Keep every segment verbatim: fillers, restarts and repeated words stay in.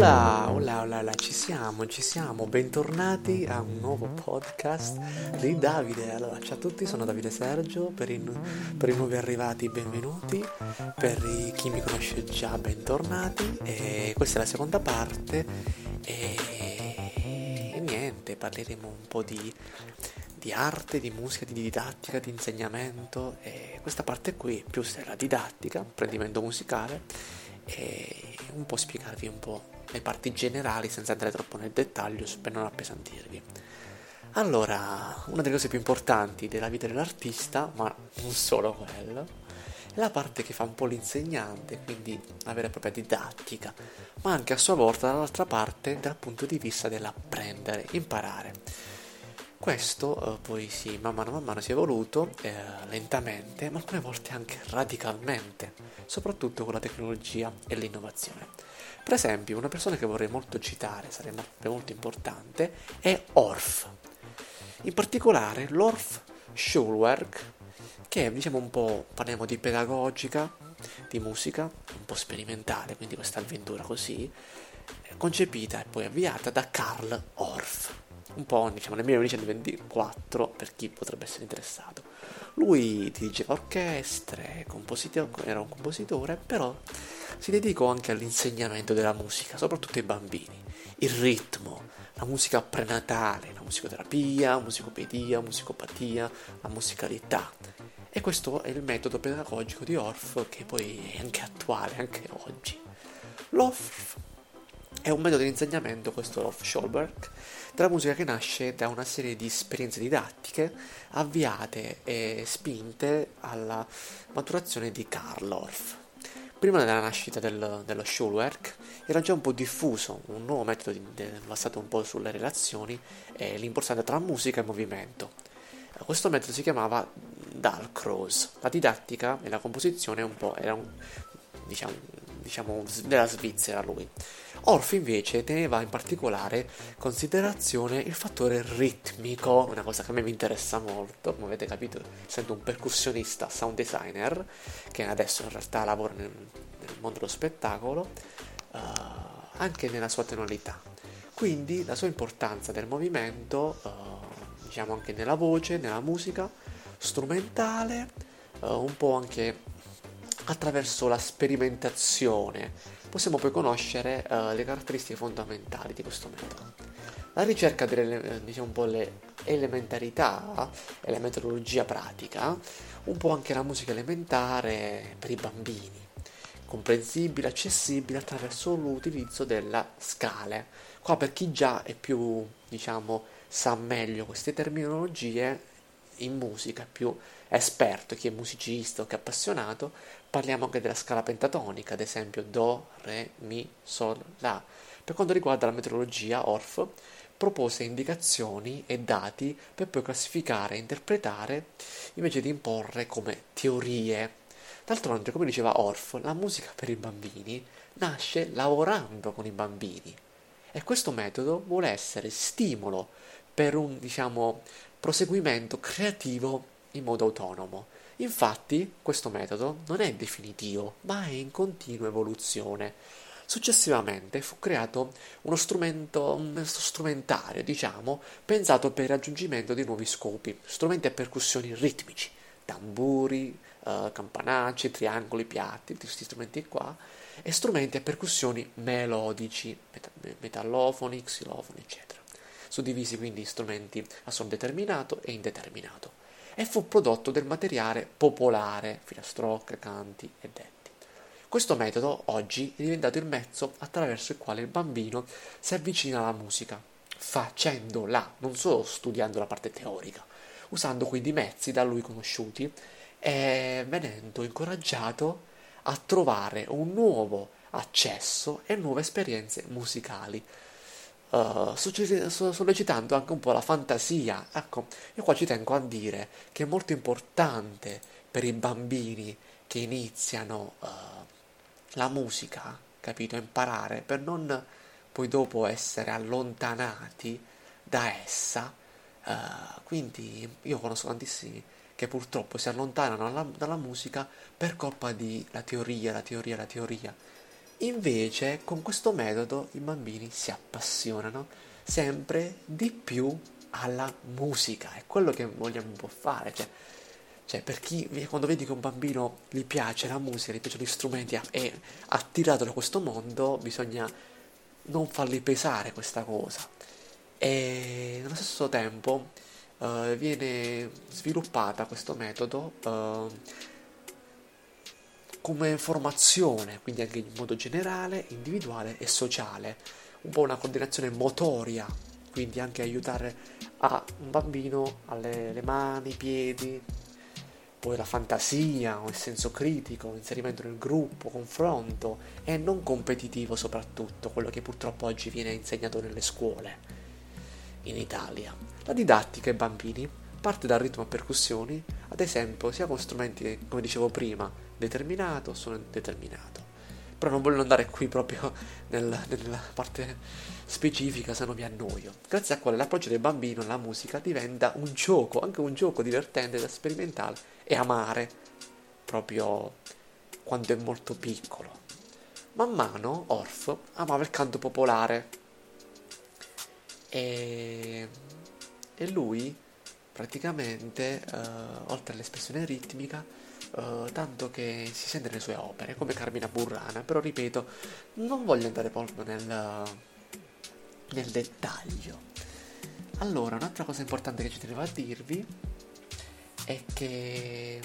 Hola, hola, hola, hola, ci siamo, ci siamo, bentornati a un nuovo podcast di Davide. Allora, ciao a tutti, sono Davide Sergio, per i, nu- per i nuovi arrivati benvenuti, per i- chi mi conosce già bentornati, e questa è la seconda parte e, e niente, parleremo un po' di, di arte, di musica, di didattica, di insegnamento e questa parte qui più la didattica, apprendimento musicale e un po' spiegarvi un po' le parti generali senza andare troppo nel dettaglio per non appesantirvi. Allora, una delle cose più importanti della vita dell'artista, ma non solo quello, è la parte che fa un po' l'insegnante, quindi la vera e propria didattica, ma anche a sua volta dall'altra parte dal punto di vista dell'apprendere, imparare. Questo eh, poi sì, man mano man mano si è evoluto eh, lentamente, ma alcune volte anche radicalmente, soprattutto con la tecnologia e l'innovazione. Per esempio, una persona che vorrei molto citare, sarebbe molto importante, è Orff. In particolare l'Orff Schulwerk, che è diciamo un po', parliamo di pedagogica, di musica, un po' sperimentale, quindi questa avventura così, concepita e poi avviata da Karl Orff, un po' diciamo nel millenovecentoventiquattro per chi potrebbe essere interessato. Lui dirigeva orchestre, composito- era un compositore, però si dedicò anche all'insegnamento della musica, soprattutto ai bambini. Il ritmo, la musica prenatale, la musicoterapia, la musicopedia, la musicopatia, la musicalità. E questo è il metodo pedagogico di Orff che poi è anche attuale, anche oggi. L'Orff è un metodo di insegnamento, questo Rolf Schulberg, della musica che nasce da una serie di esperienze didattiche avviate e spinte alla maturazione di Karl Orff. Prima della nascita del, dello Schulwerk era già un po' diffuso un nuovo metodo di, de, basato un po' sulle relazioni e l'importanza tra musica e movimento. Questo metodo si chiamava Dalcroze. La didattica e la composizione un po' era un, diciamo, diciamo della Svizzera lui. Orff invece teneva in particolare considerazione il fattore ritmico, una cosa che a me mi interessa molto, come avete capito, essendo un percussionista, sound designer, che adesso in realtà lavora nel, nel mondo dello spettacolo, uh, anche nella sua tonalità. Quindi la sua importanza del movimento, uh, diciamo anche nella voce, nella musica, strumentale, uh, un po' anche attraverso la sperimentazione possiamo poi conoscere uh, le caratteristiche fondamentali di questo metodo. La ricerca delle diciamo un po' le elementarità e la metodologia pratica, un po' anche la musica elementare per i bambini, comprensibile, accessibile attraverso l'utilizzo della scale. Qua per chi già è più, diciamo, sa meglio queste terminologie in musica, più esperto, chi è musicista o che è appassionato, parliamo anche della scala pentatonica, ad esempio Do, Re, Mi, Sol, La. Per quanto riguarda la metodologia, Orff propose indicazioni e dati per poi classificare e interpretare invece di imporre come teorie. D'altronde, come diceva Orff, la musica per i bambini nasce lavorando con i bambini e questo metodo vuole essere stimolo per un, diciamo, proseguimento creativo in modo autonomo. Infatti, questo metodo non è definitivo, ma è in continua evoluzione. Successivamente fu creato uno strumento, un strumentario, diciamo, pensato per il raggiungimento di nuovi scopi, strumenti a percussioni ritmici, tamburi, eh, campanacci, triangoli, piatti, questi strumenti qua, e strumenti a percussioni melodici, met- metallofoni, xilofoni, eccetera, suddivisi quindi in strumenti a suono determinato e indeterminato, e fu prodotto del materiale popolare, filastrocche, canti e denti. Questo metodo oggi è diventato il mezzo attraverso il quale il bambino si avvicina alla musica, facendola, non solo studiando la parte teorica, usando quindi mezzi da lui conosciuti e venendo incoraggiato a trovare un nuovo accesso e nuove esperienze musicali, uh, sollecitando anche un po' la fantasia. Ecco, io qua ci tengo a dire che è molto importante per i bambini che iniziano uh, la musica, capito, a imparare, per non poi dopo essere allontanati da essa. Uh, quindi io conosco tantissimi che purtroppo si allontanano alla- dalla musica per colpa di la teoria, la teoria, la teoria. Invece, con questo metodo i bambini si appassionano sempre di più alla musica, è quello che vogliamo un po' fare, cioè, cioè per chi, quando vedi che un bambino gli piace la musica, gli piacciono gli strumenti, è attirato da questo mondo, bisogna non fargli pesare questa cosa. E nello stesso tempo eh, viene sviluppata questo metodo eh, come formazione, quindi anche in modo generale, individuale e sociale, un po' una coordinazione motoria, quindi anche aiutare a un bambino alle le mani, i piedi, poi la fantasia, il senso critico, inserimento nel gruppo, confronto e non competitivo soprattutto, quello che purtroppo oggi viene insegnato nelle scuole in Italia. La didattica ai bambini parte dal ritmo a percussioni, ad esempio sia con strumenti, come dicevo prima, determinato o sono determinato. Però non voglio andare qui proprio nel, nella parte specifica, se no mi annoio. Grazie a quale l'approccio del bambino alla musica diventa un gioco, anche un gioco divertente da sperimentare e amare, proprio quando è molto piccolo. Man mano Orff amava il canto popolare e, e lui praticamente, eh, oltre all'espressione ritmica, eh, tanto che si sente nelle sue opere, come Carmina Burana, però ripeto, non voglio andare proprio nel, nel dettaglio. Allora, un'altra cosa importante che ci tenevo a dirvi è che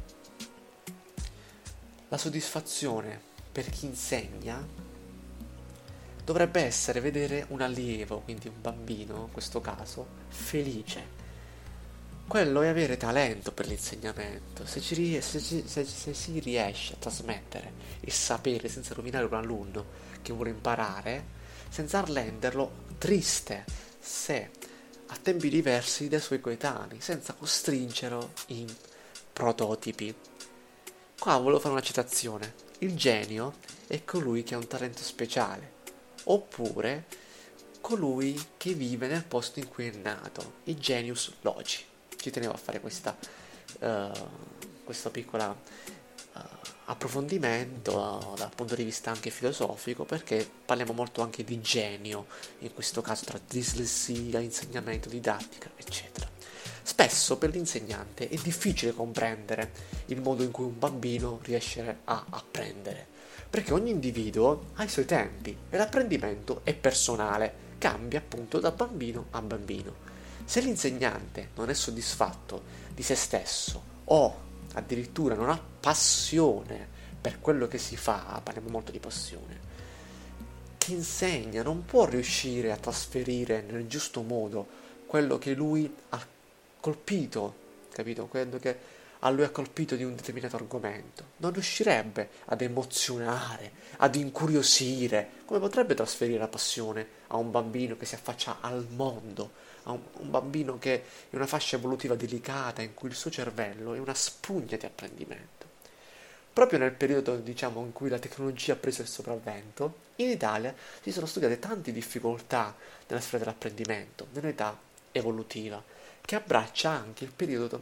la soddisfazione per chi insegna dovrebbe essere vedere un allievo, quindi un bambino in questo caso, felice. Quello è avere talento per l'insegnamento. Se, ci ries- se, ci- se- se si riesce a trasmettere il sapere senza rovinare un alunno che vuole imparare, senza renderlo triste se a tempi diversi dai suoi coetanei, senza costringerlo in prototipi. Qua volevo fare una citazione. Il genio è colui che ha un talento speciale, oppure colui che vive nel posto in cui è nato, il genius loci. Ci tenevo a fare questa uh, questo piccolo uh, approfondimento uh, dal punto di vista anche filosofico, perché parliamo molto anche di genio in questo caso, tra dislessia, insegnamento, didattica, eccetera. Spesso per l'insegnante è difficile comprendere il modo in cui un bambino riesce a apprendere, perché ogni individuo ha i suoi tempi e l'apprendimento è personale, cambia appunto da bambino a bambino. Se l'insegnante non è soddisfatto di se stesso o addirittura non ha passione per quello che si fa, parliamo molto di passione, chi insegna non può riuscire a trasferire nel giusto modo quello che lui ha colpito, capito? Quello che a lui ha colpito di un determinato argomento. Non riuscirebbe ad emozionare, ad incuriosire, come potrebbe trasferire la passione a un bambino che si affaccia al mondo, a un, un bambino che è in una fascia evolutiva delicata in cui il suo cervello è una spugna di apprendimento. Proprio nel periodo, diciamo, in cui la tecnologia ha preso il sopravvento, in Italia si sono studiate tante difficoltà nella sfera dell'apprendimento, nell'età evolutiva, che abbraccia anche il periodo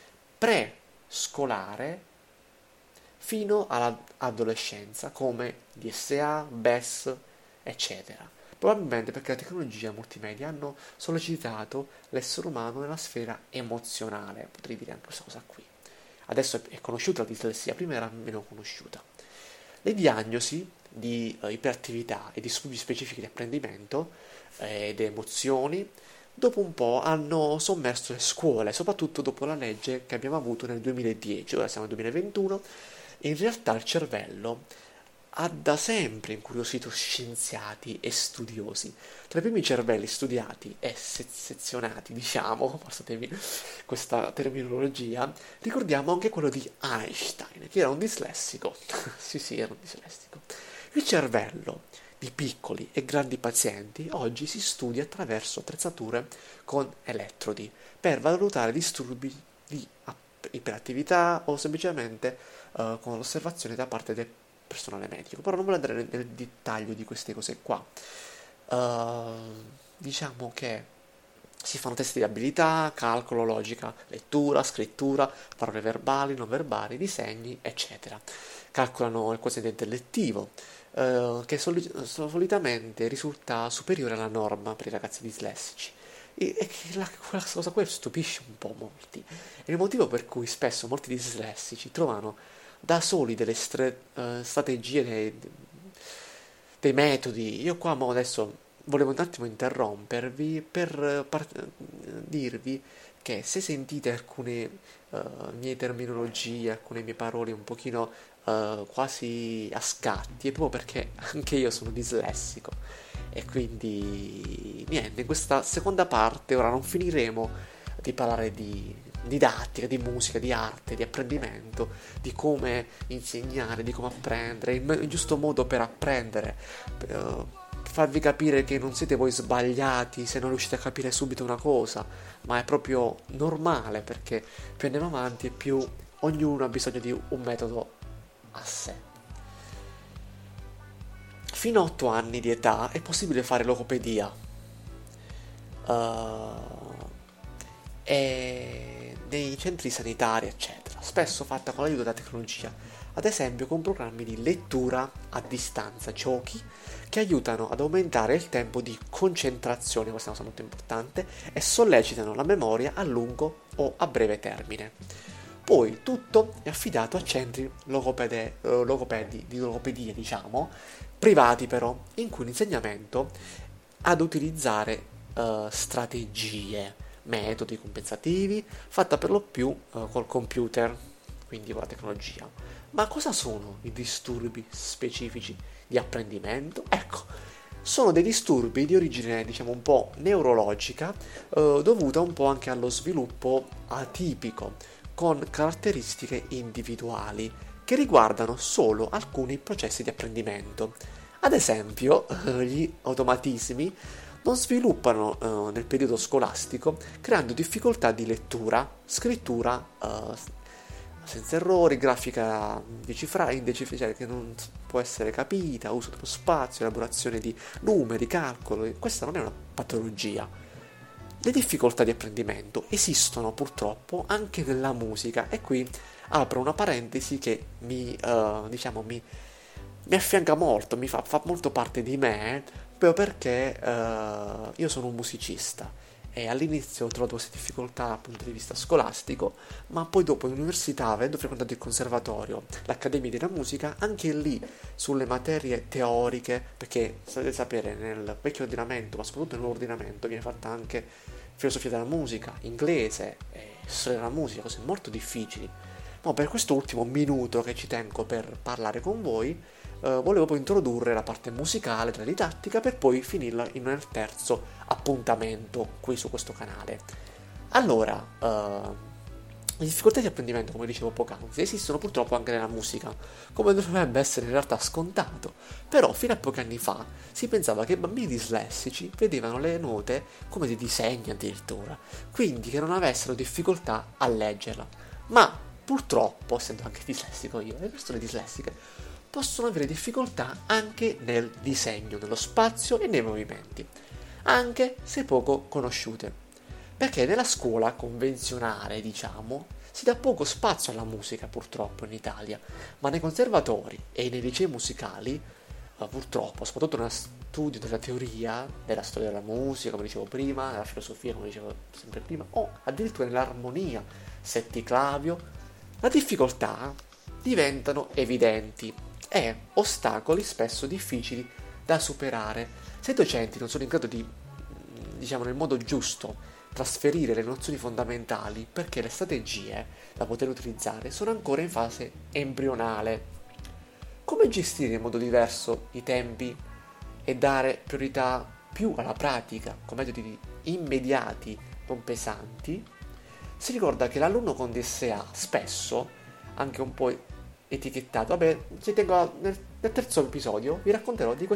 pre-scolare fino all'adolescenza, come D S A, B E S, eccetera. Probabilmente perché la tecnologia e multimedia hanno sollecitato l'essere umano nella sfera emozionale, potrei dire anche questa cosa qui. Adesso è conosciuta la dislessia, prima era meno conosciuta. Le diagnosi di eh, iperattività e disturbi specifici di apprendimento eh, ed emozioni dopo un po' hanno sommerso le scuole, soprattutto dopo la legge che abbiamo avuto nel duemiladieci, ora siamo nel duemilaventuno, e in realtà il cervello ha da sempre incuriosito scienziati e studiosi. Tra i primi cervelli studiati e sezionati, diciamo, passatemi questa terminologia, ricordiamo anche quello di Einstein, che era un dislessico. Sì, sì, era un dislessico. Il cervello di piccoli e grandi pazienti oggi si studia attraverso attrezzature con elettrodi per valutare disturbi di iperattività o semplicemente uh, con l'osservazione da parte del personale medico. Però non voglio andare nel, nel dettaglio di queste cose qua. Uh, diciamo che si fanno test di abilità, calcolo, logica, lettura, scrittura, parole verbali, non verbali, disegni, eccetera. Calcolano il quoziente intellettivo, eh, che soli- solitamente risulta superiore alla norma per i ragazzi dislessici. E, e che la, quella cosa qui stupisce un po' molti. È il motivo per cui spesso molti dislessici trovano da soli delle stre- eh, strategie, dei, dei metodi. Io qua mo adesso volevo un attimo interrompervi per eh, par- dirvi che se sentite alcune eh, mie terminologie, alcune mie parole un pochino eh, quasi a scatti, è proprio perché anche io sono dislessico. E quindi niente, in questa seconda parte ora non finiremo di parlare di didattica, di musica, di arte, di apprendimento, di come insegnare, di come apprendere, il, il giusto modo per apprendere, per farvi capire che non siete voi sbagliati se non riuscite a capire subito una cosa, ma è proprio normale, perché più andiamo avanti e più ognuno ha bisogno di un metodo a sé. Fino a otto anni di età è possibile fare logopedia. Uh, e nei centri sanitari, eccetera, spesso fatta con l'aiuto della tecnologia, ad esempio con programmi di lettura a distanza, giochi che aiutano ad aumentare il tempo di concentrazione, questa è una cosa molto importante, e sollecitano la memoria a lungo o a breve termine. Poi tutto è affidato a centri logopede, eh, logopedi, di logopedia, diciamo, privati però, in cui l'insegnamento ad utilizzare eh, strategie, metodi compensativi, fatta per lo più eh, col computer, quindi con la tecnologia. Ma cosa sono i disturbi specifici di apprendimento? Ecco, sono dei disturbi di origine, diciamo, un po' neurologica, eh, dovuta un po' anche allo sviluppo atipico, con caratteristiche individuali, che riguardano solo alcuni processi di apprendimento. Ad esempio, gli automatismi non sviluppano eh, nel periodo scolastico, creando difficoltà di lettura, scrittura eh, senza errori, grafica decifra- indecifrata che non può essere capita, uso dello spazio, elaborazione di numeri, calcolo. Questa non è una patologia. Le difficoltà di apprendimento esistono purtroppo anche nella musica, e qui apro una parentesi che mi, uh, diciamo, mi, mi affianca molto, mi fa, fa molto parte di me, proprio perché uh, io sono un musicista e all'inizio ho trovato queste difficoltà dal punto di vista scolastico, ma poi dopo in università, avendo frequentato il conservatorio, l'Accademia della Musica, anche lì sulle materie teoriche, perché dovete sapere, nel vecchio ordinamento, ma soprattutto nel nuovo ordinamento, viene fatta anche filosofia della musica, inglese, e storia della musica, cose molto difficili. Ma per questo ultimo minuto che ci tengo per parlare con voi, eh, volevo poi introdurre la parte musicale della didattica per poi finirla in un terzo appuntamento qui su questo canale. Allora, eh, le difficoltà di apprendimento, come dicevo poc'anzi, esistono purtroppo anche nella musica, come dovrebbe essere in realtà scontato, però fino a pochi anni fa si pensava che i bambini dislessici vedevano le note come dei disegni addirittura, quindi che non avessero difficoltà a leggerla. Ma purtroppo, essendo anche dislessico io, le persone dislessiche possono avere difficoltà anche nel disegno, nello spazio e nei movimenti, anche se poco conosciute. Perché nella scuola convenzionale, diciamo, si dà poco spazio alla musica purtroppo in Italia, ma nei conservatori e nei licei musicali, eh, purtroppo, soprattutto nello studio della teoria, della storia della musica, come dicevo prima, della filosofia, come dicevo sempre prima, o addirittura nell'armonia, setticlavio, le difficoltà diventano evidenti e ostacoli spesso difficili da superare se i docenti non sono in grado di, diciamo, nel modo giusto trasferire le nozioni fondamentali, perché le strategie da poter utilizzare sono ancora in fase embrionale. Come gestire in modo diverso i tempi e dare priorità più alla pratica con metodi immediati, non pesanti? Si ricorda che l'alunno con D S A spesso, anche un po' etichettato, vabbè, ci tengo a, nel, nel terzo episodio vi racconterò di,